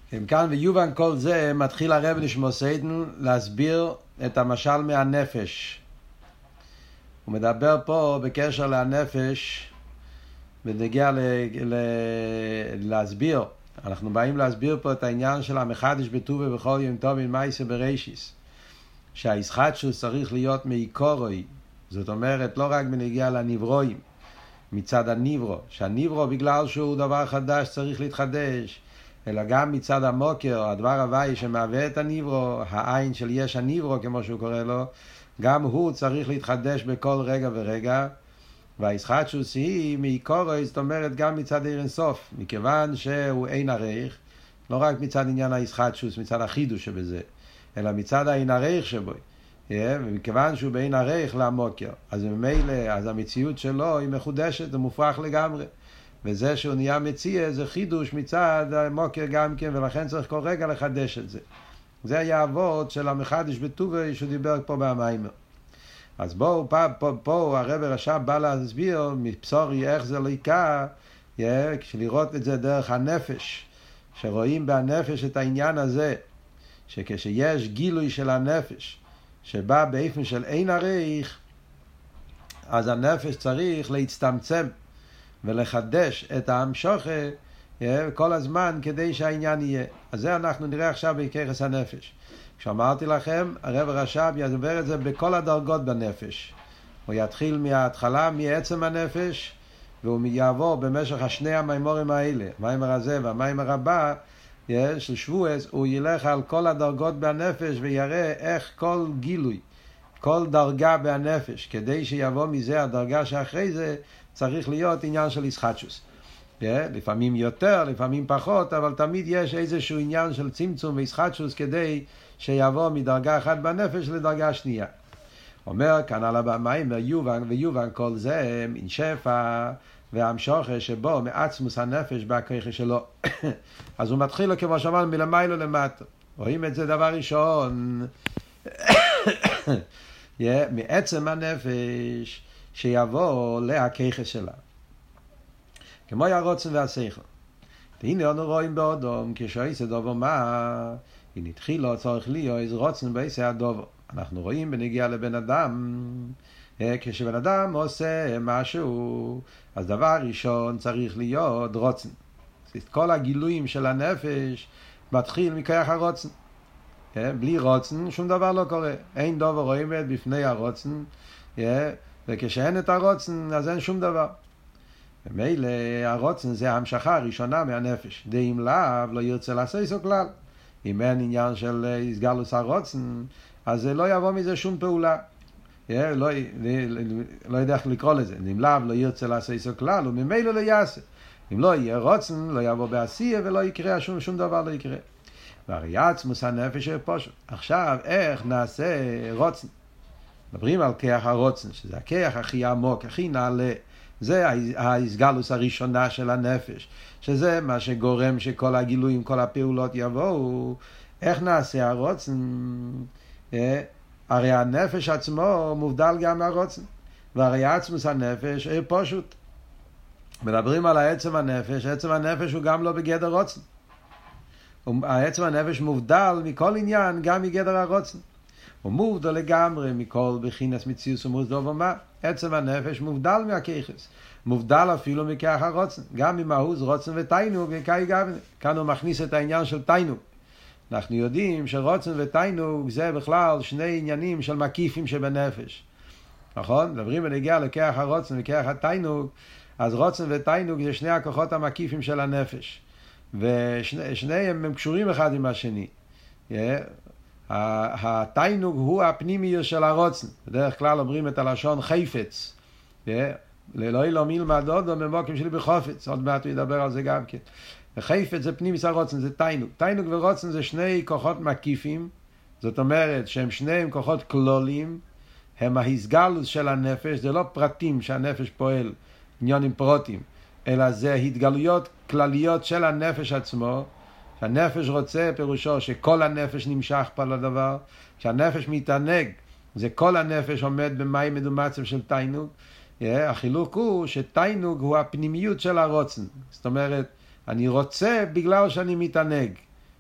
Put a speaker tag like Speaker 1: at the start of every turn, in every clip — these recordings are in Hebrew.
Speaker 1: כאן ויובן כל זה מתחיל הרב נשמו סיידן להסביר את המשל מהנפש. הוא מדבר פה בקשר לנפש ונגיע להסביר. אנחנו באים להסביר פה את העניין של המחדש בטובה בכל יום טוב עם מייסה בראשיס, שהישחטשוס צריך להיות מעיקורוי, זאת אומרת לא רק בנגיע לנברואים מצד הנברו, שהנברו בגלל שהוא דבר חדש צריך להתחדש, אלא גם מצד המוקר, הדבר הוואי שמהווה את הנברו, העין של יש הנברו כמו שהוא קורא לו, גם הוא צריך להתחדש בכל רגע ורגע. והישחטשוס היא מעיקורוי, זאת אומרת גם מצד עיר אינסוף, מכיוון שהוא אין ערך, לא רק מצד עניין הישחטשוס, מצד החידוש שבזה, אלא מצד העין ערך שבו, ומכיוון שהוא בעין ערך למוקר, אז ממילא, אז המציאות שלו היא מחודשת, זה מופרח לגמרי, וזה שהוא נהיה מציע זה חידוש מצד המוקר גם כן, ולכן צריך כל רגע לחדש את זה. זה היה אבות של המחדש בטובה שהוא דיבר פה במיימר. אז בואו, פה הרב רש"ב בא להסביר מבשורי איך זה לא יקע, כשלראות את זה דרך הנפש, שרואים בנפש את העניין הזה, שכשיש גילוי של הנפש, שבא באופן של אין ערך, אז הנפש צריך להצטמצם ולחדש את ההמשכה כל הזמן כדי שהעניין יהיה. אז זה אנחנו נראה עכשיו בכיחס הנפש. כשאמרתי לכם, הרב רש"ב ידבר את זה בכל הדרגות בנפש. הוא יתחיל מההתחלה, מעצם הנפש, והוא יעבור במשך השני המיימורים האלה, המיימר הזה והמיימר הבא, של שבועס, הוא ילך על כל הדרגות בנפש ויראה איך כל גילוי, כל דרגה בנפש, כדי שיבוא מזה הדרגה שאחרי זה, צריך להיות עניין של ישחטשוס. לפעמים יותר, לפעמים פחות, אבל תמיד יש איזשהו עניין של צמצום וישחטשוס כדי שיבוא מדרגה אחת בנפש לדרגה שנייה. אומר כאן על הבאים ויובן כל זה מן שפע והמשכה שבו מעצמוס הנפש בהכיחה שלו. אז הוא מתחיל לו כמו שאמרנו מלמעלה למטה. רואים את זה דבר ראשון מעצם הנפש שיבוא להכיחה שלה, כמו הרוצן והשכל. והנה אנו רואים באודום כשעושה דובר מה אם התחיל לו צורך להיות רוצן בעשה הדובר. אנחנו רואים בנגיע לבן אדם, כשבן אדם עושה משהו, אז דבר ראשון צריך להיות רוצן. כל הגילויים של הנפש מתחיל מכוח הרוצן. בלי רוצן שום דבר לא קורה. אין דבר רואים את בפני הרוצן, וכשאין את הרוצן אז אין שום דבר. ומילא הרוצן זה ההמשכה הראשונה מהנפש. אם לאו לא ירצה לעשות זאת כלל. אם אין עניין של הסגלוס הרוצן, אז זה לא יבוא מזה שום פעולה. לא יודע איך לקרוא לזה. אם לאו לא ירצה לעשות זאת כלל, וממילא לא יעשה. אם לא יהיה רוצן, לא יבוא בעשייה ולא יקרה, שום דבר לא יקרה. והרי עצמוס הנפש הוא פשוט. עכשיו, איך נעשה רוצן? מדברים על כיח הרוצן, שזה הכיח הכי עמוק, הכי נעלה. זה ההסגלוס הראשונה של הנפש, שזה מה שגורם שכל הגילויים, כל הפעולות יבואו. איך נעשה הרוצן? הרי הנפש עצמו מובדל גם מהרוצן, והרי עצמוס הנפש הוא פשוט. מדברים על העצם הנפש, עצם הנפש הוא גם לא בגדר רוצן. העצם הנפש מובדל מכל עניין, גם מגדר הרוצן. הוא מובדל לגמרי מכל בחינס מציאוס ומוסדו ומה. עצם הנפש מובדל מהכיחס. מובדל אפילו מכך הרוצן. גם ממהוז רוצן ותיינוג, כאן הוא מכניס את העניין של תיינוג. אנחנו יודעים שרוצן ותיינוג זה בכלל שני עניינים של מקיפים שבנפש. נכון? מדברים ונגיע לכך הרוצן וכך התיינוג, אז רוצן ותיינוג זה שני הכוחות המקיפים של הנפש. ושניהם הם קשורים אחד עם השני. התיינוג הוא הפנימי של הרוצן. בדרך כלל אומרים את הלשון חפץ. לאלוהי לא מלמד עוד במוקים שלי בחופץ. עוד מעט הוא ידבר על זה גם כן. חפץ זה פנימי של הרוצן, זה תיינוג. תיינוג ורוצן זה שני כוחות מקיפים. זאת אומרת שהם שניהם כוחות כלולים. הם ההסגלוס של הנפש. זה לא פרטים שהנפש פועל, עניונים פרוטים. אלא זה התגלויות כלליות של הנפש עצמו. שהנפש רוצה פירושו שכל הנפש נמשך פה לדבר. כשהנפש מתענג, זה כל הנפש עומד במים מדומצב של תיינוג. החילוק הוא שתיינוג הוא הפנימיות של הרוצן. זאת אומרת, אני רוצה בגלל שאני מתענג.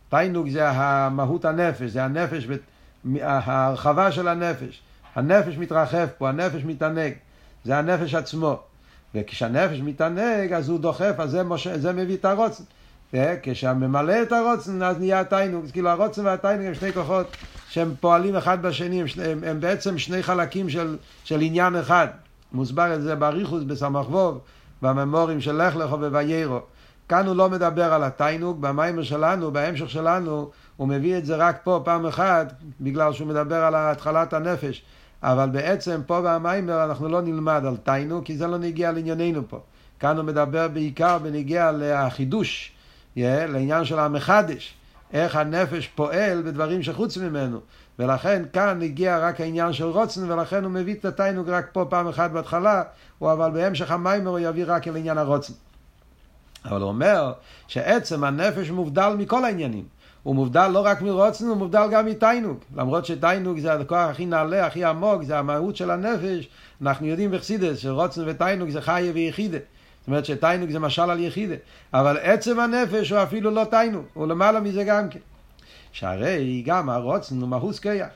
Speaker 1: תיינוג זה המהות הנפש, זה הנפש, ההרחבה של הנפש. הנפש מתרחב פה, הנפש מתענג, זה הנפש עצמו. וכשהנפש מתענג, אז הוא דוחף, אז זה מביא את הרוצן. כשממלא את הרוצן, אז נהיה התיינוג. כאילו הרוצן והתיינוג הם שני כוחות שהם פועלים אחד בשני, הם בעצם שני חלקים של עניין אחד. מוסבר את זה באריכות בסמ"ך וו, בממורים של לך לך וביירו. כאן הוא לא מדבר על התיינוג, במיימר שלנו, בהמשך שלנו, הוא מביא את זה רק פה פעם אחת, בגלל שהוא מדבר על התחלת הנפש. אבל בעצם פה במיימר אנחנו לא נלמד על תיינוג, כי זה לא נגיע לענייננו פה. כאן הוא מדבר בעיקר בנגיע לחידוש, לעניין של המחדש, איך הנפש פועל בדברים שחוץ ממנו. ולכן כאן הגיע רק העניין של רוצן, ולכן הוא מביא את התיינוג רק פה פעם אחת בהתחלה, אבל בהמשך המיימר הוא יביא רק על עניין הרוצן. אבל הוא אומר שעצם הנפש מובדל מכל העניינים. הוא מובדל לא רק מרוצן, הוא מובדל גם מתיינוג. למרות שתיינוג זה הכוח הכי נעלה, הכי עמוק, זה המהות של הנפש. אנחנו יודעים בחסידות שרוצן ותיינוג זה חיה ויחידה. זאת אומרת שתיינוג זה משל על יחידה. אבל עצם הנפש הוא אפילו לא תיינוג, הוא למעלה מזה גם כן. שהרי גם הרוצן הוא מהות כיח.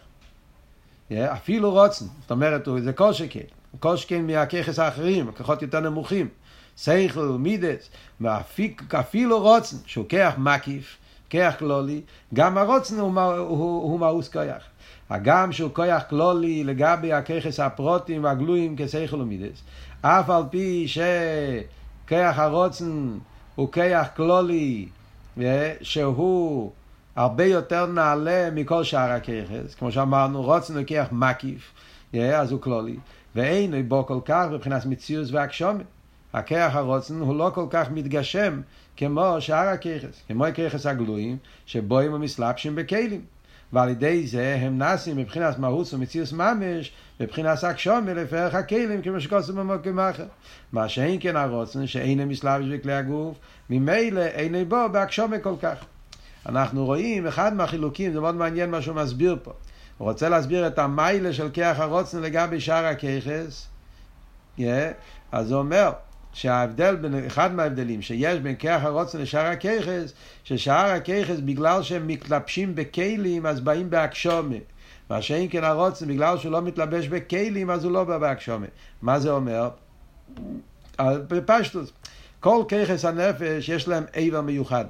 Speaker 1: אפילו רוצן, זאת אומרת, זה כל שכן. כל שכן מהכיחס האחרים, הכוחות יותר נמוכים. שכל, מידס, אפילו רוצן, שהוא כיח מקיף, כיח כלולי, גם הרוצן הוא מהות כיח. הגם שהוא כיח כלולי לגבי הכיחס הפרוטים והגלויים כשכל ומידס. אף על פי שכיח הרוצן הוא כיח כלולי, שהוא הרבה יותר נעלה מכל שאר הכיחס. כמו שאמרנו, רוצן הוא כיח מקיף, אז הוא כלולי. ואין בו כל כך בבחינת מציאוס והגשמה. הכיח הרוצן הוא לא כל כך מתגשם כמו שאר הכיחס, כמו הכיחס הגלויים, שבו הם מסלבשים בכלים. ועל ידי זה הם נעשים מבחינת מהות ומציאוס ממש, מבחינת הגשמה לפרח הכלים, כמו שכוסו במקום אחר. מה שאין כן הרוצן, שאין מסלבש בכלי הגוף, ממילא אין בו בהגשמה כל כך. אנחנו רואים אחד מהחילוקים, זה מאוד מעניין מה שהוא מסביר פה. הוא רוצה להסביר את המיילה של כיח הרוצן לגבי שאר הכיחס. אז הוא אומר שההבדל, אחד מההבדלים שיש בין כיח הרוצן לשאר הכיחס, ששאר הכיחס בגלל שהם מתלבשים בכלים אז באים בהגשמה. מה שאין כן הרוצן בגלל שהוא לא מתלבש בכלים אז הוא לא בא בהגשמה. מה זה אומר? בפשטות, כל כיחס הנפש יש להם עבר מיוחד.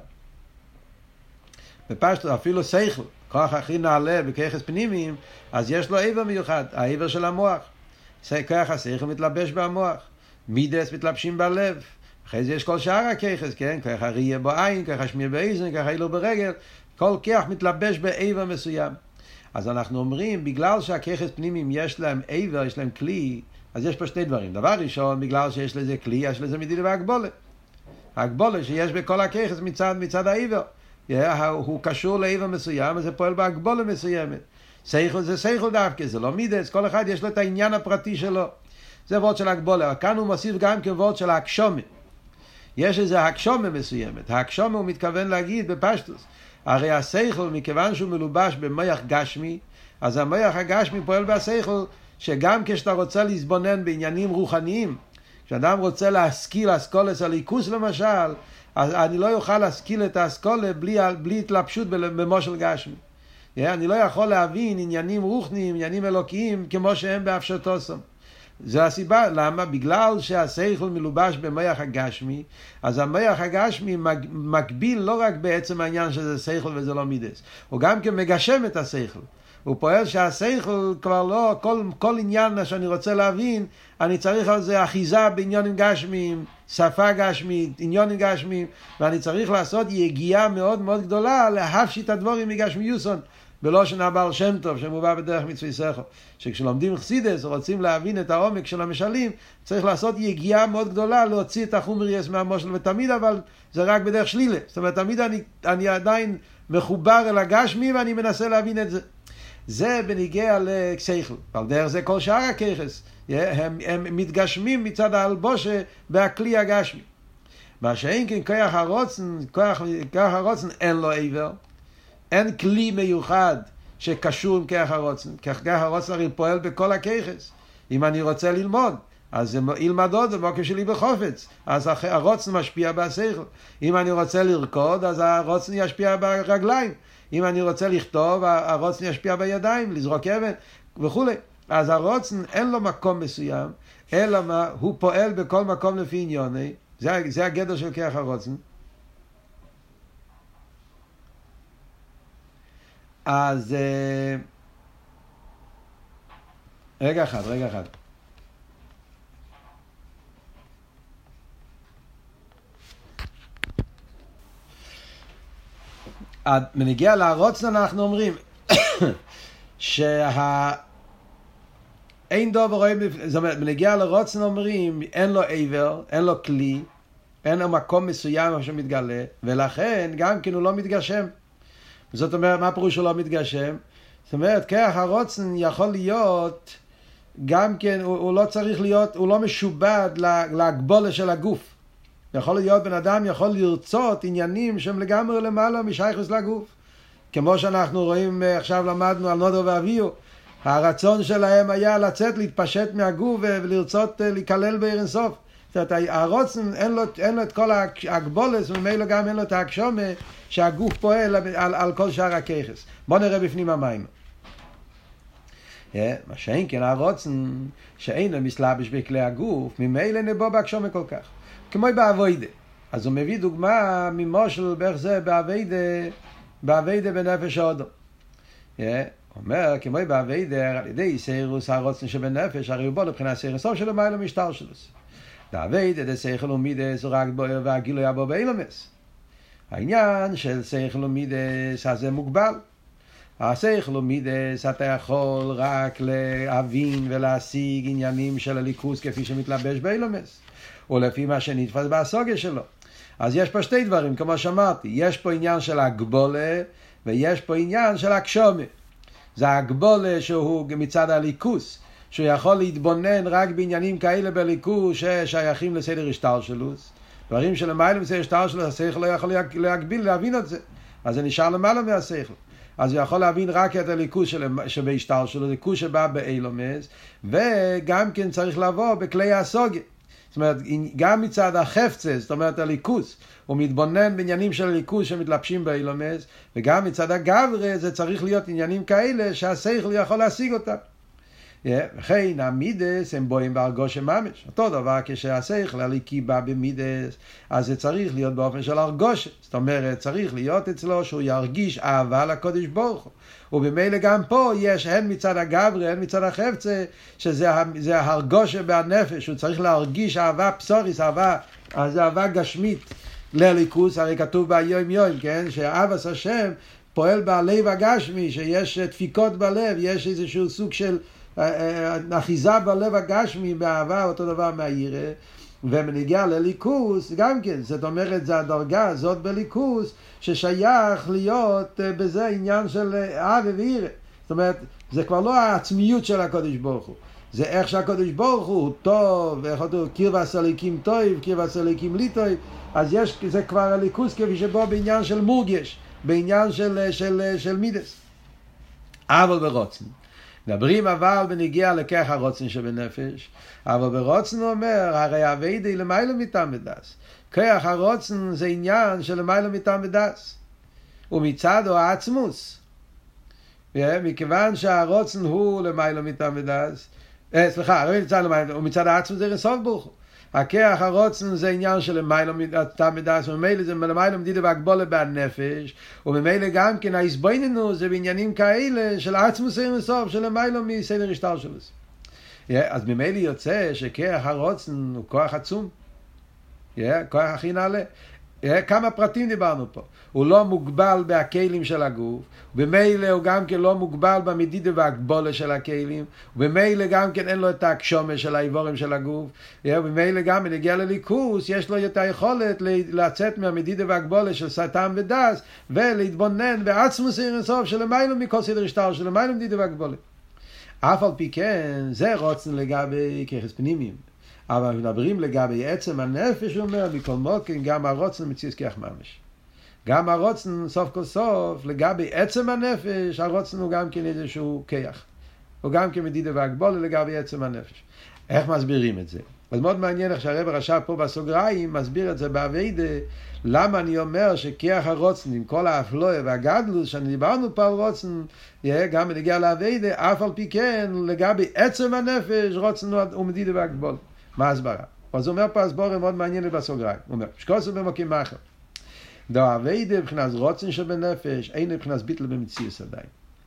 Speaker 1: בפשטות אפילו שכל, כוח הכי נעלה בכיחס פנימיים, אז יש לו עבר מיוחד, העבר של המוח. כוח השכל מתלבש במוח. מידס מתלבשים בלב. אחרי זה יש כל שאר הכיחס, כן? ככה ראייה בעין, ככה שמיע באוזן, ככה אילו ברגל. כל כיח מתלבש בעבר מסוים. אז אנחנו אומרים, בגלל שהכיחס פנימיים יש להם עבר, יש להם כלי, אז יש פה שני דברים. דבר ראשון, בגלל שיש לזה כלי, יש לזה מדידה והגבולה. הגבולה שיש בכל הכיחס מצד העבר. הוא קשור לעבר מסוים, אז זה פועל בהגבולה מסוימת. שכל זה שכל דווקא, זה לא מידס, כל אחד יש לו את העניין הפרטי שלו. זה וורט של הגבולה. כאן הוא מוסיף גם כוורד של ההקשומה. יש איזה הקשומה מסוימת. ההקשומה הוא מתכוון להגיד בפשטוס. הרי השכל, מכיוון שהוא מלובש במוח גשמי, אז המוח הגשמי פועל בשכל, שגם כשאתה רוצה להסבונן בעניינים רוחניים, כשאדם רוצה להשכיל אסכולס הליכוס למשל, אז אני לא יוכל להשכיל את האסכולה בלי התלבשות במושל גשמי. אני לא יכול להבין עניינים רוחניים, עניינים אלוקיים, כמו שהם באפשטוסם. זו הסיבה, למה? בגלל שהשכל מלובש במוח הגשמי, אז המוח הגשמי מקביל לא רק בעצם העניין שזה שכל וזה לא מידס, הוא גם כן מגשם את השכל. הוא פועל שהשכל כבר לא, כל עניין שאני רוצה להבין, אני צריך על זה אחיזה בעניינים גשמיים, שפה גשמית, עניינים גשמיים, ואני צריך לעשות יגיעה מאוד מאוד גדולה להפשיט הדבורים מגשמיוסון. בלושן הבעל שם טוב שמובא בדרך מצווי שכל, שכשלומדים חסידות רוצים להבין את העומק של המשלים, צריך לעשות יגיעה מאוד גדולה להוציא את החומרייס מהמושל, ותמיד אבל זה רק בדרך שלילה. זאת אומרת, תמיד אני עדיין מחובר אל הגשמי ואני מנסה להבין את זה. זה בניגיע לשכל. על דרך זה כל שאר הכיחס הם מתגשמים מצד האלבושה בהכלי הגשמי. מה שאין כן כוח הרוצן אין לו עבר, אין כלי מיוחד שקשור עם כוח הרוצן. כוח הרוצן הרי פועל בכל הכיחס. אם אני רוצה ללמוד, אז ילמד עוד במוקר שלי בחופץ. אז הרוצן משפיע בשכל. אם אני רוצה לרקוד, אז הרוצן ישפיע ברגליים. אם אני רוצה לכתוב, הרוצן ישפיע בידיים, לזרוק אבן וכו'. אז הרוצן אין לו מקום מסוים, אלא מה? הוא פועל בכל מקום לפי עניוני. זה הגדר של כוח הרוצן. אז רגע אחד. מנגיע לרוצן אנחנו אומרים אין דובר רואים, זאת אומרת, מנגיע לרוצן אומרים אין לו עבר, אין לו כלי, אין לו מקום מסוים שמתגלה, ולכן גם כן הוא לא מתגשם. זאת אומרת, מה פירוש הוא לא מתגשם? זאת אומרת, כוח הרוצן יכול להיות, גם כן, הוא לא צריך להיות, הוא לא משובד להגבולה של הגוף. יכול להיות, בן אדם יכול לרצות עניינים שהם לגמרי למעלה משייכוס לגוף. כמו שאנחנו רואים, עכשיו למדנו על נודו ואביו, הרצון שלהם היה לצאת, להתפשט מהגוף ולרצות להיכלל בעיר אינסוף. זאת אומרת, הרוצן אין לו את כל ההגבולס, וממילא גם אין לו את ההקשומה שהגוף פועל על כל שאר הכיחס. בוא נראה בפנים המים. מה שאין כן הרוצן שאין לו מסלבש בכלי הגוף, ממילא נבוא בהקשומה כל כך. כמו בעבודה. אז הוא מביא דוגמה ממושל בערך זה בעבודה בנפש האודו. אומר, כמו בעבודה, על ידי סיירוס הרוצן שבנפש, הרי הוא בוא לבחינה סיירוס שלו, מה אלו משטר שלו. בעבודה, דה שכל ומידס, הוא רק בוער והגילו יבוא באילומס. העניין של שכל ומידס, אז זה מוגבל. השכל ומידס, אתה יכול רק להבין ולהשיג עניינים של הליכוס כפי שמתלבש באילומס. או לפי מה שנתפס בהסוגיה שלו. אז יש פה שתי דברים, כמו שאמרתי. יש פה עניין של הגבולה, ויש פה עניין של הקשומה. זה הגבולה שהוא מצד הליכוס, שהוא יכול להתבונן רק בעניינים כאלה בליכוס ששייכים לסדר השתלשלות. דברים שלמעלה מסדר השתלשלות, השכל לא יכול להגביל, להבין את זה. אז זה נשאר למעלה מהשכל. אז הוא יכול להבין רק את הליכוס שבהשתלשלות, הליכוס שבא באילומס, וגם כן צריך לבוא בכלי הסוגיה. זאת אומרת, גם מצד החפצה, זאת אומרת הליכוס, הוא מתבונן בעניינים של הליכוס שמתלבשים באילומס, וגם מצד הגברה זה צריך להיות עניינים כאלה שהשכל יכול להשיג אותם. וכן המידס הם בואים בהרגושה ממש. אותו דבר כשהשכל הליקי בא במידס, אז זה צריך להיות באופן של הרגושה. זאת אומרת, צריך להיות אצלו שהוא ירגיש אהבה לקודש ברוך הוא. ובמילא גם פה יש הן מצד הגברה, הן מצד החפצה, שזה ההרגושה בנפש. הוא צריך להרגיש אהבה פסוריס, אהבה גשמית לליכוס. הרי כתוב ביום יום, כן? שאהבת השם פועל בלב הגשמי, שיש דפיקות בלב, יש איזשהו סוג של אחיזה בלב הגשמי באהבה, אותו דבר מהירא. ומנהיגה לליכוס גם כן, זאת אומרת, זה הדרגה הזאת בליכוס ששייך להיות בזה עניין של אהבה וירא. זאת אומרת, זה כבר לא העצמיות של הקדוש ברוך הוא, זה איך שהקדוש ברוך הוא טוב, איך אותו קרבה סליקים טוב, קרבה סליקים לי טוב. אז יש, זה כבר הליכוס כפי שבו בעניין של מורגש, בעניין של מידס. אבל ברוצן מדברים אבל בנגיע לכך הרוצן שבנפש, אבל ברוצן הוא אומר, הרי הווידי למעלה מטעם ודס. כח הרוצן זה עניין של למעלה מטעם ודס. ומצד הוא העצמוס. מכיוון שהרוצן הוא למעלה מטעם ודס, ומצד העצמוס זה רסוף ברוך הוא. הכח הרוצן זה עניין של למעלה מטעם ודס, וממילא זה למעלה מדידה והגבולה בנפש, וממילא גם כן ההסביננו זה בעניינים כאלה של עצמוס אירנסוף, של למעלה מסדר השתלשלות. אז ממילא יוצא שכח הרוצן הוא כוח עצום, כוח הכי נעלה. כמה פרטים דיברנו פה. הוא לא מוגבל בהכלים של הגוף, במילא הוא גם כן לא מוגבל במדידה והגבולה של הכלים, ובמילא גם כן אין לו את ההקשומה של האיבורים של הגוף, ובמילא גם בנגיע לליכוס יש לו את היכולת לצאת מהמדידה והגבולה של סתם ודס, ולהתבונן בעצמוס אירנסוף של למיילו מכל סדר השטר, של למיילו מדידה והגבולה. אף על פי כן, זה רוצן לגבי כיחס פנימיים. אבל מדברים לגבי עצם הנפש, הוא אומר, מכל מוקן, גם הרוצן מציאס כיח ממש. גם הרוצן, סוף כל סוף, לגבי עצם הנפש, הרוצן הוא גם כן איזשהו כיח. הוא גם כן מדידה והגבולה לגבי עצם הנפש. איך מסבירים את זה? אז מאוד מעניין איך שהרב רש"ב פה בסוגריים מסביר את זה בעבודה, למה אני אומר שכיח הרוצן עם כל האפלואה והגדלוס שאני דיברנו פה על רוצן, גם בנגיע לעבודה, אף על פי כן לגבי עצם הנפש רוצן הוא מדידה והגבול. מה הסברה? אז הוא אומר פה הסבורה מאוד מעניינת בסוגריים, הוא אומר שקוסו במוקים אחר, דו עבודה מבחינת רוצן שבנפש אין מבחינת ביטל במציאות עדיין.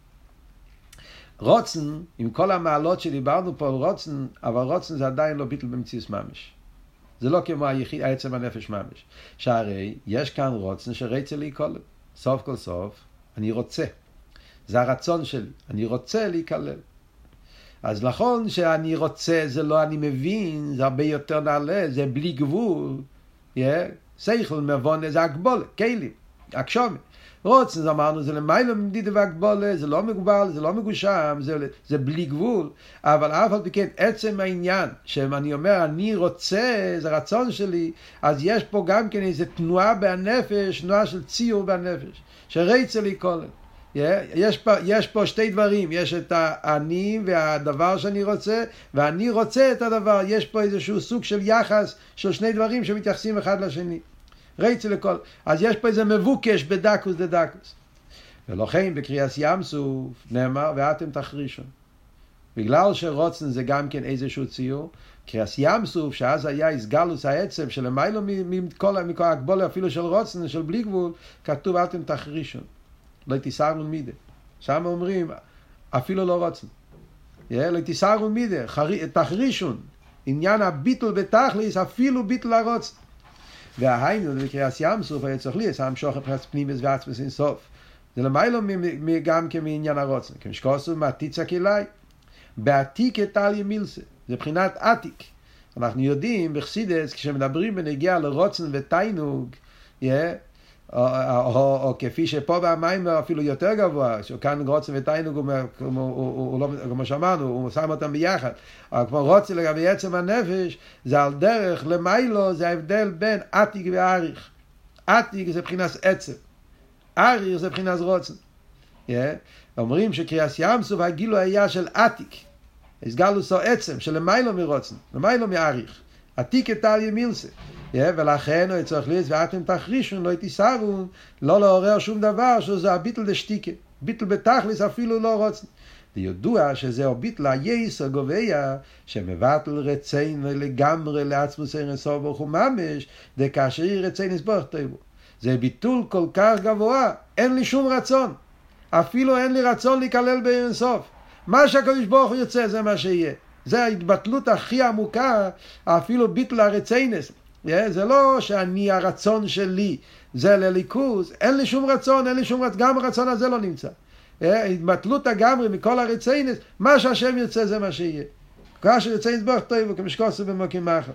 Speaker 1: רוצן, עם כל המעלות שדיברנו פה על רוצן, אבל רוצן זה עדיין לא ביטל במציאות ממש. זה לא כמו העצם הנפש ממש. שהרי יש כאן רוצן שרצה להיכלל. סוף כל סוף, אני רוצה. זה הרצון שלי. אני רוצה להיכלל. אז נכון שאני רוצה, זה לא אני מבין, זה הרבה יותר נעלה, זה בלי גבול. שכל מבון, זה הגבול, כלים, הקשומת. רוצן, זה אמרנו, זה למיילו מדידה והגבולה, זה לא מגובל, זה לא מגושם, זה בלי גבול, אבל אף על פי כן, עצם העניין, שאני אומר, אני רוצה, זה רצון שלי, אז יש פה גם כן איזו תנועה בנפש, תנועה של ציור בנפש, שרצה לי כל. יש פה שתי דברים, יש את האני והדבר שאני רוצה, ואני רוצה את הדבר, יש פה איזשהו סוג של יחס, של שני דברים שמתייחסים אחד לשני. רצה לכל. אז יש פה איזה מבוקש בדקוס דדקוס. ולכן בקריאס ים סוף נאמר ואתם תחרישון. בגלל שרוצן זה גם כן איזשהו ציור, קריאס ים סוף שאז היה הסגלוס העצם שלמיילו מכל הגבול אפילו של רוצן, של בלי גבול, כתוב אתם תחרישון. לא תיסערו מידה. שם אומרים אפילו לא רוצן. לא תיסערו מידה. תחרישון. עניין הביטול בתכליס אפילו ביטול הרוצן. והיינו בקריאס ים סוף היה צריך לי המשוך מבחינת פנימיות ועצמות אין סוף. זה למיילו גם כמעניין הרוצן. כמשקוסו מעתיצה כלי. בעתיק אטליה מילסה. זה בחינת עתיק. אנחנו יודעים בחסידות כשמדברים בנגיע לרוצן ותיינוג, או כפי שפה במים אפילו יותר גבוה, שכאן רוצן ותיינוג הוא לא, כמו שאמרנו, הוא שם אותם ביחד, אבל כמו רוצן לגבי עצם הנפש, זה על דרך למיילו, זה ההבדל בין עתיק ועריך. עתיק זה בחינת עצם, עריך זה בחינת רוצן. אומרים שקריאס ים סוף הגילו היה של עתיק, הסגלוס או עצם, שלמיילו מרוצן, למיילו מעריך, עתיק אטליה מילסה. ולכן הוא צריך להיות ואתם תחרישון, לא תיסערו, לא לעורר שום דבר, שזה הביטל דשתיקה. ביטל בתכליס אפילו לא רוצן. וידוע שזהו ביטל היסר גובע, שמבטל רצינו לגמרי לעצמוס אין סוף ברוך הוא ממש, דקאשר רצינו סבוך טבו. זה ביטול כל כך גבוה, אין לי שום רצון. אפילו אין לי רצון להיכלל באין סוף. מה שהקדוש ברוך הוא יוצא זה מה שיהיה. זה ההתבטלות הכי עמוקה, אפילו ביטל הרציינס. זה לא שאני הרצון שלי, זה לליכוז, אין לי שום רצון, גם הרצון הזה לא נמצא. התבטלות הגמרי מכל הרציינס, מה שהשם יוצא זה מה שיהיה. כאשר יוצא יסבוך טוב וכמשקוסו במוקים אחר.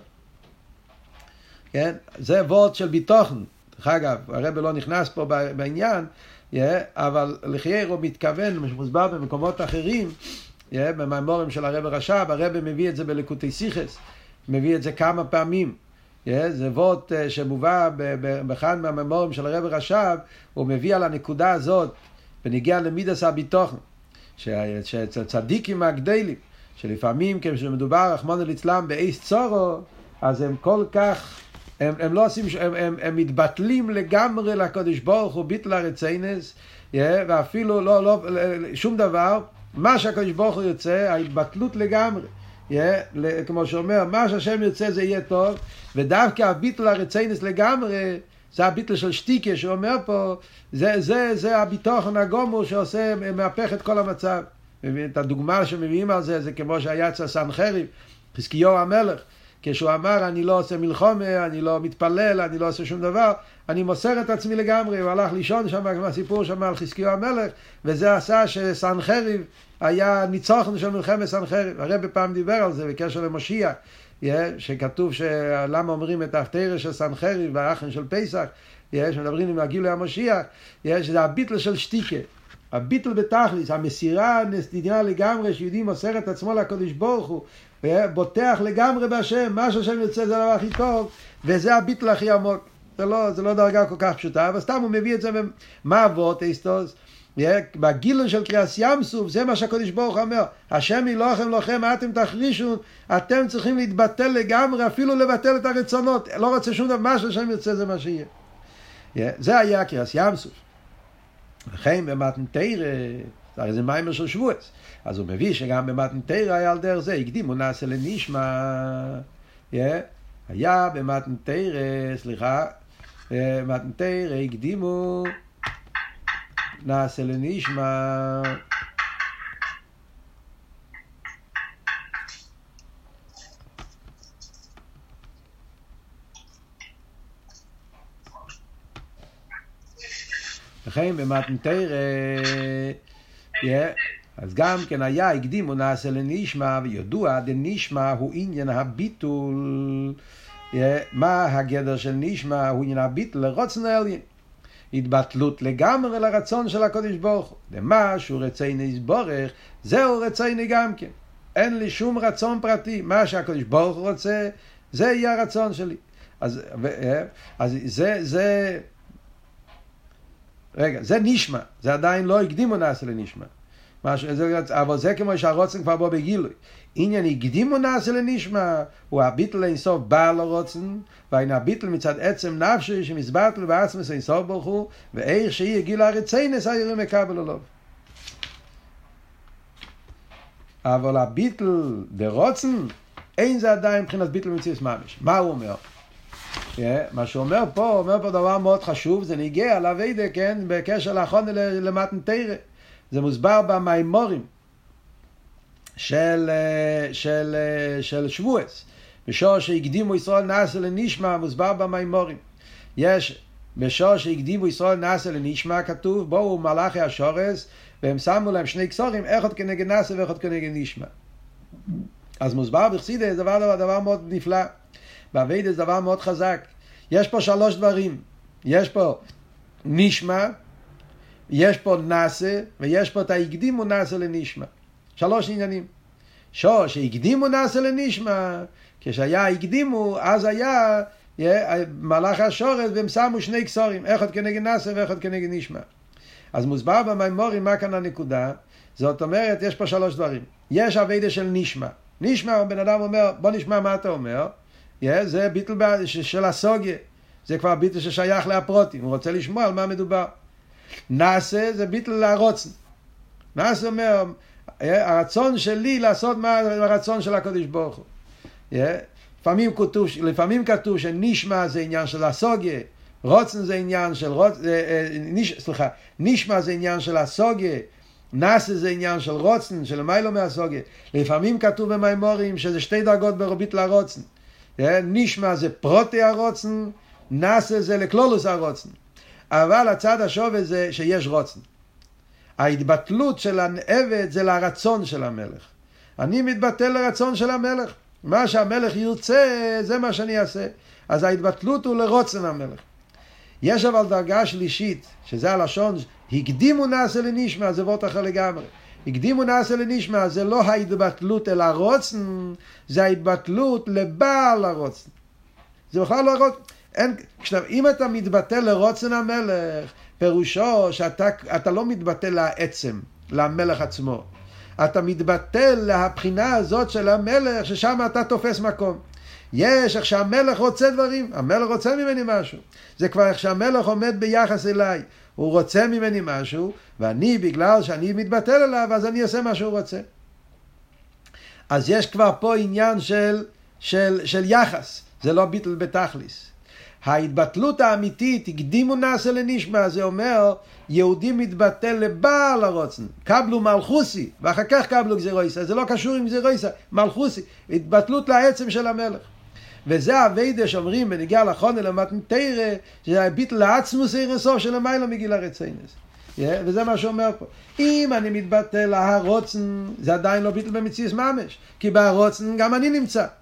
Speaker 1: זה וורד של ביטוחן. אגב, הרב לא נכנס פה בעניין, אבל לחיירו מתכוון, מוסבר במקומות אחרים, במאמרים של הרב רש"ב, הרב מביא את זה בליקוטי שיחס, מביא את זה כמה פעמים. זה וורד שמובא באחד מהמאמרים של הרב רש"ב, הוא מביא על הנקודה הזאת, בנגיע למידס הביטוחן, שצדיקים הגדולים, שלפעמים כשמדובר רחמנא ליצלן באיס צורו, אז הם כל כך, הם לא עושים, הם מתבטלים לגמרי לקדוש ברוך הוא ביטל הרציינס, ואפילו לא שום דבר, מה שהקדוש ברוך הוא יוצא, ההתבטלות לגמרי, כמו שאומר, מה שהשם יוצא זה יהיה טוב, ודווקא הביטל הרציינס לגמרי, זה הביטל של שטיקה שאומר פה, זה הביטוחן הגומור שעושה, מהפך את כל המצב. את הדוגמה שמביאים על זה, זה כמו שהיה אצל סנחריב, חזקיהו המלך, כשהוא אמר, אני לא עושה מלחמה, אני לא מתפלל, אני לא עושה שום דבר, אני מוסר את עצמי לגמרי, הוא הלך לישון שם, כמו הסיפור שם על חזקיהו המלך, וזה עשה שסנחריב היה ניצחון של מלחמת סנחריב. הרב פעם דיבר על זה בקשר למשיח, שכתוב שלמה אומרים את ההפטרה של סנחריב והאחרון של פסח, שמדברים עם הגילוי המשיח, שזה הביטל של שטיקה, הביטל בתכליס, המסירה נסתינה לגמרי, שיהודי מוסר את עצמו לקדוש ברוך הוא, בוטח לגמרי בהשם, מה שהשם יוצא זה הדבר הכי טוב, וזה הביטל הכי עמוק. זה לא דרגה כל כך פשוטה, אבל סתם הוא מביא את זה, מה אבות אסטוס, בגילוי של קריאת ים סוף, זה מה שהקדוש ברוך הוא אומר, השם ילוחם לכם, אתם תחרישו, אתם צריכים להתבטל לגמרי, אפילו לבטל את הרצונות, לא רוצה שום דבר, מה שהשם ירצה זה מה שיהיה. זה היה קריאת ים סוף. לכן במתן תורה, הרי זה מיימר של שבועס, אז הוא מביא שגם במתן תורה היה על דרך זה, הקדימו נעשה לנשמה, היה במתן תורה, מתן תורה הקדימו נעשה לנשמה, לכן במתן תורה, אז גם כן היה הקדימו נעשה לנשמה, וידוע דנשמה הוא עניין הביטול. מה הגדר של נשמה? הוא עניין הביטול לרצון העליון, התבטלות לגמרי לרצון של הקדוש ברוך הוא. למה שהוא רצינו יסבורך, זהו רצינו גם כן, אין לי שום רצון פרטי, מה שהקדוש ברוך הוא רוצה זה יהיה הרצון שלי. אז זה נשמה, זה עדיין לא הקדימו נעשה לנשמה, אבל זה כמו שהרוצן כבר בו בגילוי. עניין הקדימו נעשה לנשמה הוא הביטל אינסוף בעל הרוצן, והנה הביטל מצד עצם נפשי שמסבטל בעצמס אינסוף ברוך הוא, ואיך שהיא הגילה הרציינס הירים מקבל עליו. אבל הביטל דרוצן אין זה עדיין מבחינת ביטל מציאס ממש. מה הוא אומר? מה שהוא אומר פה דבר מאוד חשוב, זה נגיע לעבודה, כן, בקשר לאחרון למתן תורה. זה מוסבר במיימורים של שבועס. בשור שהקדימו ישראל נעשה לנשמה, מוסבר במיימורים. יש בשור שהקדימו ישראל נעשה לנשמה, כתוב, בואו מלאכי השורס, והם שמו להם שני כסורים, אחד כנגד נעשה ואחד כנגד נשמה. אז מוסבר בחסידות, זה דבר מאוד נפלא. בעבודה זה דבר מאוד חזק. יש פה שלוש דברים. יש פה נשמה, יש פה נעשה, ויש פה את ההקדימו נעשה לנשמה. שלוש עניינים. שהקדימו נעשה לנשמה, כשהיה הקדימו, אז היה מלאך השורש, והם שמו שני כסורים, אחד כנגד נעשה ואחד כנגד נשמה. אז מוסבר במיימורים מה כאן הנקודה. זאת אומרת, יש פה שלוש דברים. יש עבודה של נשמה. נשמה, בן אדם אומר, בוא נשמע מה אתה אומר. זה ביטל של הסוגיה, זה כבר ביטל ששייך להפרוטים, הוא רוצה לשמוע על מה מדובר. נעשה זה ביטל להרוצן. נעשה אומר, הרצון שלי לעשות מה הרצון של הקדוש ברוך הוא. לפעמים כתוב שנשמה זה עניין של הסוגיה, רוצן זה עניין של נשמה זה עניין של הסוגיה, נעשה זה עניין של רוצן, של מיילו מהסוגיה. לפעמים כתוב במיימורים שזה שתי דרגות בביטל הרוצן. נשמה זה פרוטי הרוצן, נעשה זה לכלולוס הרוצן. אבל הצד השווה זה שיש רוצן. ההתבטלות של העבד זה לרצון של המלך. אני מתבטל לרצון של המלך. מה שהמלך ירצה זה מה שאני אעשה. אז ההתבטלות הוא לרוצן המלך. יש אבל דרגה שלישית, שזה הלשון, הקדימו נעשה לנשמה, זה וורט אחר לגמרי. הקדימו נעשה לנשמה, זה לא ההתבטלות אל הרוצן, זה ההתבטלות לבעל הרוצן. זה בכלל לא הרוצן. אם אתה מתבטל לרוצן המלך, פירושו שאתה לא מתבטל לעצם, למלך עצמו. אתה מתבטל להבחינה הזאת של המלך, ששם אתה תופס מקום. יש איך שהמלך רוצה דברים, המלך רוצה ממני משהו. זה כבר איך שהמלך עומד ביחס אליי. הוא רוצה ממני משהו, ואני בגלל שאני מתבטל אליו, אז אני אעשה מה שהוא רוצה. אז יש כבר פה עניין של יחס, זה לא ביטל בתכליס. ההתבטלות האמיתית, הקדימו נעשה לנשמה, זה אומר, יהודי מתבטל לבעל הרוצן, קבלו מלכוסי, ואחר כך קבלו גזירויסה, זה לא קשור עם גזירויסה, מלכוסי, התבטלות לעצם של המלך. וזה הווידה שאומרים בנגיע לחונה למתן תורה, שזה הביטל לעצמוס אירסוף של המילה מגיל הרציינס. וזה מה שאומר פה. אם אני מתבטל להרוצן, זה עדיין לא ביטל במציאות ממש, כי בהרוצן גם אני נמצא.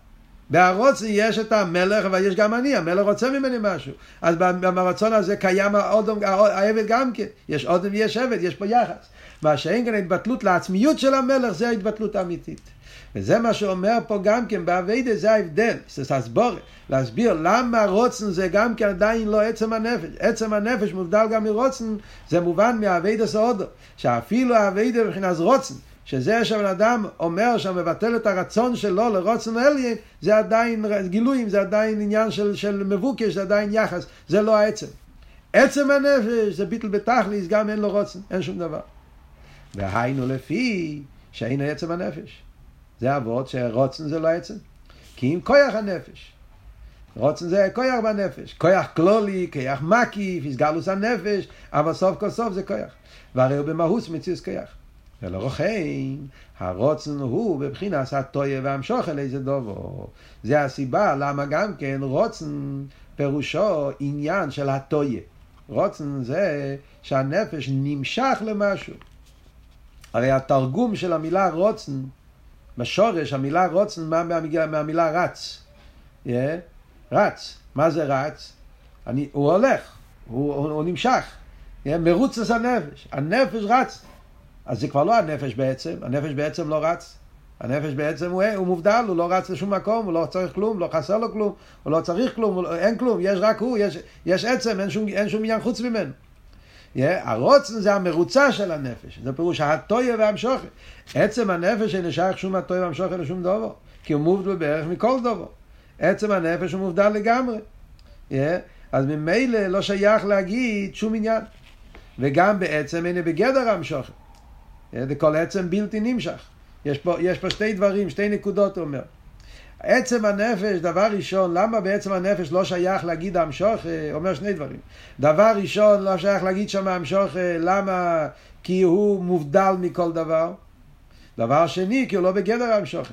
Speaker 1: בהרוצן יש את המלך, אבל יש גם אני, המלך רוצה ממני משהו. אז ברצון הזה קיים העבד גם כן. יש אודם ויש עבד, יש פה יחס. מה שאין כאן התבטלות לעצמיות של המלך, זה ההתבטלות האמיתית. וזה מה שאומר פה גם כן, בעבודה זה ההבדל. זה להסביר למה רוצן זה גם כן עדיין לא עצם הנפש. עצם הנפש מובדל גם מרוצן, זה מובן מהעבודה סעודו. שאפילו העבודה מבחינת רוצן, שזה שהבן אדם אומר שמבטל את הרצון שלו לרוצן עליין, זה עדיין גילויים, זה עדיין עניין של מבוקש, זה עדיין יחס, זה לא העצם. עצם הנפש זה ביטל בתכליס, גם אין לו רוצן, אין שום דבר. והיינו לפי שאין עצם הנפש. זה עבוד שרוצן זה לא עצם. כי אם כוח הנפש, רוצן זה כוח בנפש, כוח כלולי, כוח מקיף, הסגלוס הנפש, אבל סוף כל סוף זה כוח. והרי הוא במהות מציאות כוח. ולא רוחן, הרוצן הוא בבחינת התויה והמשוך אל איזה דובו. זה הסיבה למה גם כן רוצן פירושו עניין של התויה. רוצן זה שהנפש נמשך למשהו. הרי התרגום של המילה רוצן, בשורש המילה רוצן מהמילה רץ. רץ. מה זה רץ? הוא הולך, הוא נמשך. מרוץ הנפש. הנפש רץ. אז זה כבר לא הנפש בעצם, הנפש בעצם לא רץ. הנפש בעצם הוא מובדל, הוא לא רץ לשום מקום, הוא לא צריך כלום, לא חסר לו כלום, הוא לא צריך כלום, אין כלום, יש רק הוא, יש עצם, אין שום עניין חוץ ממנו. הרוצן זה המרוצה של הנפש, זה פירוש התויה והמשוך. עצם הנפש אין שייך שום התויה והמשוך לשום דבר, כי הוא מובדל בערך מכל דבר. עצם הנפש הוא מובדל לגמרי. אז ממילא לא שייך להגיד שום עניין. וגם בעצם אין בגדר המשוך. זה כל עצם בלתי נמשך. יש פה שתי דברים, שתי נקודות הוא אומר. עצם הנפש, דבר ראשון, למה בעצם הנפש לא שייך להגיד המשוך? אומר שני דברים. דבר ראשון, לא שייך להגיד שם המשוך, למה? כי הוא מובדל מכל דבר. דבר שני, כי הוא לא בגדר המשוך.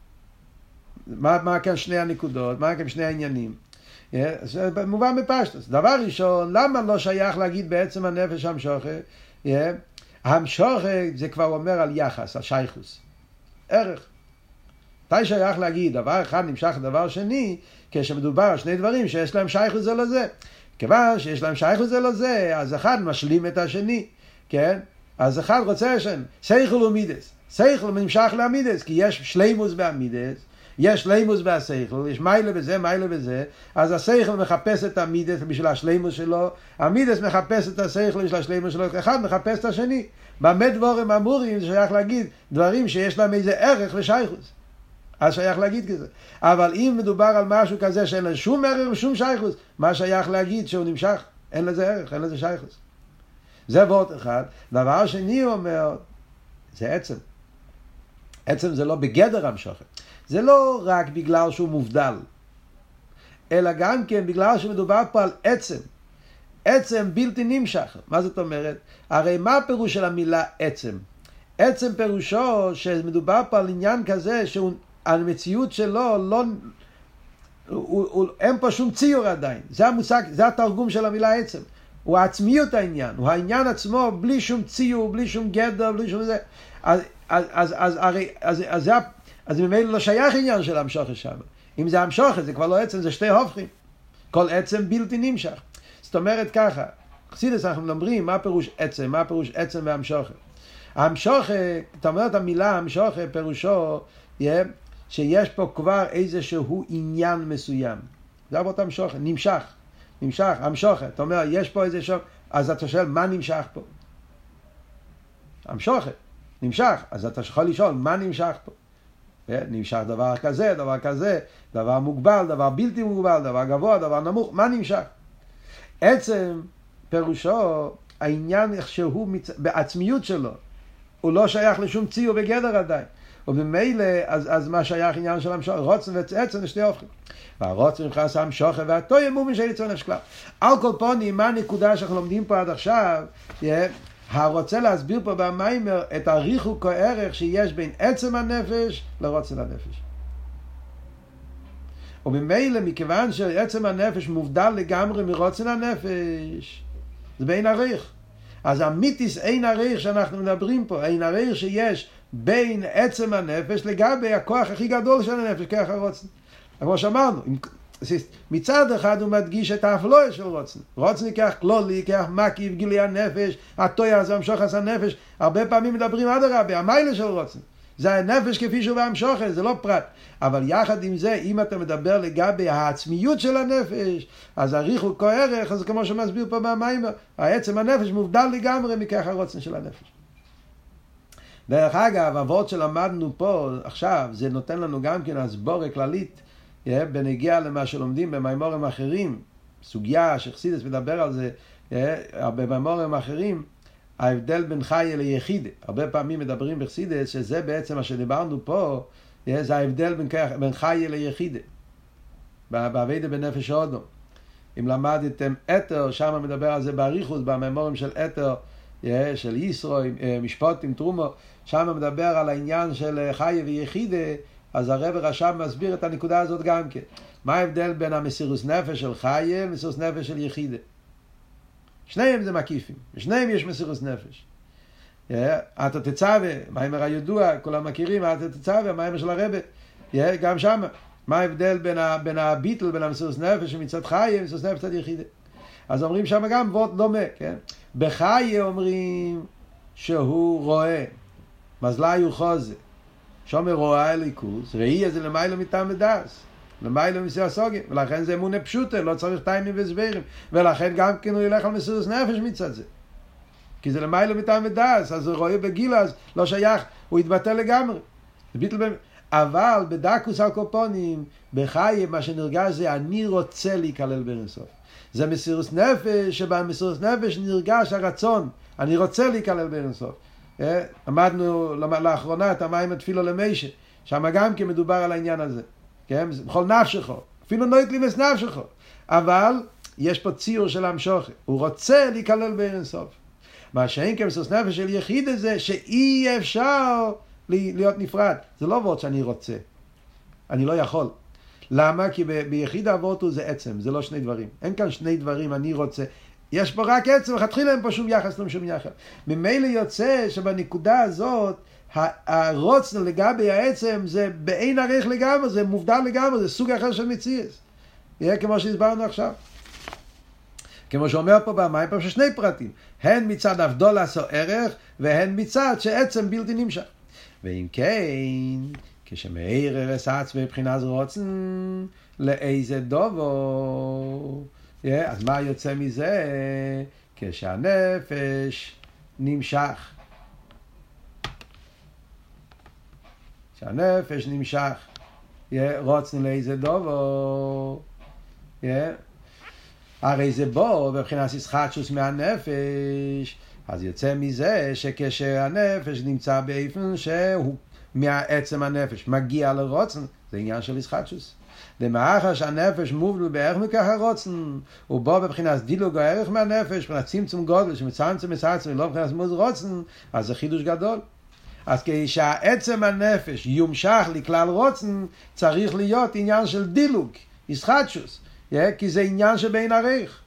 Speaker 1: מה כאן שני הנקודות? מה כאן שני העניינים? זה מובן בפשטוס. דבר ראשון, למה לא שייך להגיד בעצם הנפש המשוך? המשוך זה כבר אומר על יחס, על שייכוס. ערך. מתי שייך להגיד דבר אחד נמשך דבר שני, כשמדובר על שני דברים שיש להם שייכוס זה לזה. כיוון שיש להם שייכוס זה לזה, אז אחד משלים את השני. כן? אז אחד רוצה שכל ומידס. שכל נמשך לעמידס, כי יש שלימוס בעמידס, יש שלימוס בהשכל, יש מיילה בזה, מיילה בזה, אז השכל מחפש את המידס בשביל השלימוס שלו, המידס מחפש את השכל בשביל השלימוס שלו, אחד מחפש את השני. במה דבורים אמורים זה שייך להגיד דברים שיש להם איזה ערך ושייכוס. אז שייך להגיד כזה. אבל אם מדובר על משהו כזה שאין לו שום ערך ושום שייכוס, מה שייך להגיד שהוא נמשך? אין לזה ערך, אין לזה שייכוס. זה וורט אחד. דבר שני הוא אומר, זה עצם. עצם זה לא בגדר המשוכת. זה לא רק בגלל שהוא מובדל, אלא גם כן בגלל שמדובר פה על עצם. עצם בלתי נמשך. מה זאת אומרת? הרי מה הפירוש של המילה עצם? עצם פירושו שמדובר פה על עניין כזה שהמציאות שלו לא, אין פה שום ציור עדיין. זה המושג, זה התרגום של המילה עצם. הוא העצמיות העניין, הוא העניין עצמו בלי שום ציור, בלי שום גדר, בלי שום זה. אז ממילא לא שייך עניין של המשוך שם. אם זה המשוך, זה כבר לא עצם, זה שתי הופכים. כל עצם בלתי נמשך. זאת אומרת ככה, חסידות אנחנו מדברים מה פירוש עצם, מה פירוש עצם והמשוך. המשוך, אתה אומר את המילה המשוך, פירושו שיש פה כבר איזשהו עניין מסוים. זה עבוד המשוך, נמשך, המשוך. אתה אומר, יש פה איזשהו, אז אתה שואל, מה נמשך פה? המשוך, נמשך, אז אתה יכול לשאול, מה נמשך פה? נמשך דבר כזה, דבר מוגבל, דבר בלתי מוגבל, דבר גבוה, דבר נמוך, מה נמשך? עצם פירושו, העניין איך שהוא בעצמיות שלו, הוא לא שייך לשום ציור בגדר עדיין. ובמילא, אז מה שייך עניין של המשוך? רוצן ועצם זה שתי הופכים. והרוצן מבחינת המשוך והתויה מובן שאין יצור נפש כלל. על כל פנים, מה הנקודה שאנחנו לומדים פה עד עכשיו? הרוצה להסביר פה במיימר את הריחוק הערך שיש בין עצם הנפש לרוצן הנפש. ובמילא, מכיוון שעצם הנפש מובדל לגמרי מרוצן הנפש, זה בין הריח. אז המיתיס אין הריח שאנחנו מדברים פה, אין הריח שיש בין עצם הנפש לגבי הכוח הכי גדול של הנפש, כוח הרוצן. כמו שאמרנו, מצד אחד הוא מדגיש את האפלואה של רוצן. רוצן ייקח כלולי, ייקח מקיף, גילי הנפש, התויה זה המשוך עשה נפש. הרבה פעמים מדברים עד הרבה, המיילה של רוצן. זה הנפש כפי שהוא בהמשוך, זה לא פרט. אבל יחד עם זה, אם אתה מדבר לגבי העצמיות של הנפש, אז הריחוק או ערך, אז כמו שמסביר פה מהמיימר, העצם הנפש מובדל לגמרי מכך הרוצן של הנפש. דרך אגב, הוורד שלמדנו פה עכשיו, זה נותן לנו גם כן הסבורה כללית, בנגיע למה שלומדים במיימורים אחרים, סוגיה שחסידס מדבר על זה, במיימורים אחרים, ההבדל בין חי ליחיד. הרבה פעמים מדברים בחסידס שזה בעצם מה שדיברנו פה, זה ההבדל בין חי ליחיד, בעבודה בנפש האודום. אם למדתם אתר, שם מדבר על זה באריכות, במיימורים של אתר, של ישרוי, משפטים, תרומו, שם מדבר על העניין של חי ויחיד, אז הרב רש"ב מסביר את הנקודה הזאת גם כן. מה ההבדל בין המסירות נפש של חי ומסירות נפש של יחיד? שניהם זה מקיפים, בשניהם יש מסירות נפש. אתה תצווה, מיימר הידוע, כולם מכירים, אתה תצווה, מיימר של הרב, גם שם. מה ההבדל בין הביטל, בין המסירות נפש שמצד חי ומסירות נפש מצד יחיד? אז אומרים שם גם וורט דומה, כן? בחי אומרים שהוא רואה, מזלי הוא חוזה. שומר רואה אליקוס, ראי זה למיילו מטעם ודס, למיילו מסיע סוגיה, ולכן זה אמונה פשוטה, לא צריך טיימים וסברים, ולכן גם כן הוא ילך על מסירות נפש מצד זה. כי זה למיילו מטעם ודס, אז הוא רואה בגיל, אז לא שייך, הוא יתבטל לגמרי. אבל בדקוס על קופונים, בחי, מה שנרגש זה אני רוצה להיכלל באינסוף. זה מסירות נפש, שבמסירות נפש נרגש הרצון, אני רוצה להיכלל באינסוף. למדנו לאחרונה את המים התפילו למשה, שם גם כן מדובר על העניין הזה, כן? בכל נפשך, אפילו נוית לימס נפשך, אבל יש פה ציור של המשוך, הוא רוצה להיכלל באינסוף. מה שאין כמסירות נפש של יחיד הזה, שאי אפשר להיות נפרד. זה לא וורט שאני רוצה, אני לא יכול. למה? כי ביחיד האבות הוא זה עצם, זה לא שני דברים. אין כאן שני דברים, אני רוצה. יש פה רק עצם, וחתחילה אין פה שום יחס, לא שום יחס. ממילא יוצא שבנקודה הזאת, הרוצן לגבי העצם זה באין ערך לגמרי, זה מובדל לגמרי, זה סוג אחר של מציאס. יהיה כמו שהסברנו עכשיו. כמו שאומר פה במים, פה שני פרטים. הן מצד אבדול עשו ערך, והן מצד שעצם בלתי נמשך. ואם כן, כשמאיר הרס עצמי מבחינה זו רוצן, לאיזה דובו? אז מה יוצא מזה? כשהנפש נמשך. כשהנפש נמשך, רוצן לאיזה דובו? הרי זה בו, בבחינת ישחטשוס מהנפש, אז יוצא מזה שכשהנפש נמצא באיפן שהוא מהעצם הנפש מגיע לרוצן, זה עניין של ישחטשוס. למאחר שהנפש מובדל בערך מכך הרוצן, הוא בא בבחינת דילוג הערך מהנפש, בבחינת צמצום גודל, שמצמצם מסעצם ולא בבחינת מוז רוצן, אז זה חידוש גדול. אז כשהעצם הנפש יומשך לכלל רוצן, צריך להיות עניין של דילוג, ישחטשוס, כי זה עניין שבין ערך.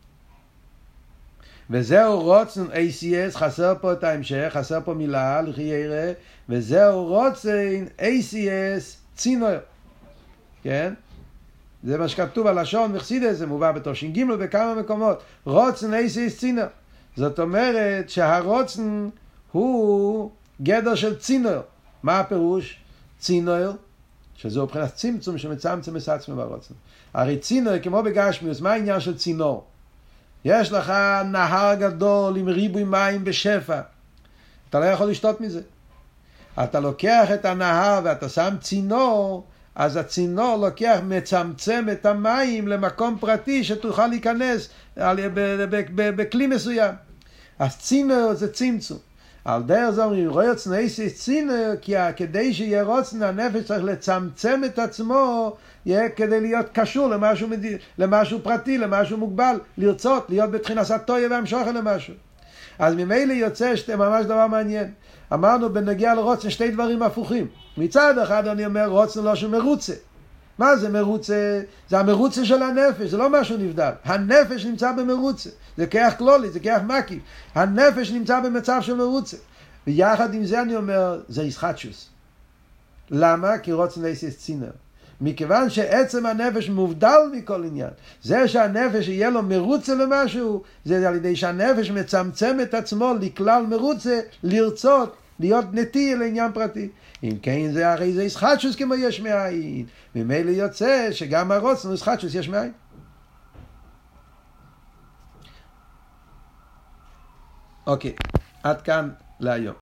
Speaker 1: וזהו רוצן ACS, חסר פה את ההמשך, חסר פה מילה, לחיירה, וזהו רוצן ACS צינור. כן? זה מה שכתוב על לשון מחסידס, זה מובא בתושין ג' בכמה מקומות. רוצן ACS צינור. זאת אומרת שהרוצן הוא גדר של צינור. מה הפירוש? צינור, שזו מבחינת צמצום שמצמצם מסעצמם ברוצן. הרי צינור, כמו בגשמיוס, מה העניין של צינור? יש לך נהר גדול עם ריבוי מים בשפע. אתה לא יכול לשתות מזה. אתה לוקח את הנהר ואתה שם צינור, אז הצינור לוקח, מצמצם את המים למקום פרטי שתוכל להיכנס בכלי מסוים. אז צינור זה צמצום. על דרך זה אומרים, רוצן ACS צינור, כי כדי שיהיה רוצן, הנפש צריך לצמצם את עצמו, כדי להיות קשור למשהו פרטי, למשהו מוגבל, לרצות, להיות בתחינס התויה והמשוכן למשהו. אז ממילא יוצא ממש דבר מעניין. אמרנו בנגיע לרוצן שתי דברים הפוכים. מצד אחד אני אומר רוצן לא שמרוצה. מה זה מרוצה? זה המרוצה של הנפש, זה לא משהו נבדל. הנפש נמצא במרוצה. זה כיח כלולי, זה כיח מקיף. הנפש נמצא במצב של מרוצה. ויחד עם זה אני אומר, זה ישחטשוס. למה? כי רוצן ACS צינור. מכיוון שעצם הנפש מובדל מכל עניין. זה שהנפש יהיה לו מרוצה למשהו, זה על ידי שהנפש מצמצם את עצמו לכלל מרוצה, לרצות, להיות נטי לעניין פרטי. אם כן זה הרי זה ישחטשוס כמו יש מאין. ממילא יוצא שגם הרוצן הוא ישחטשוס יש מאין. אוקיי, עד כאן להיום.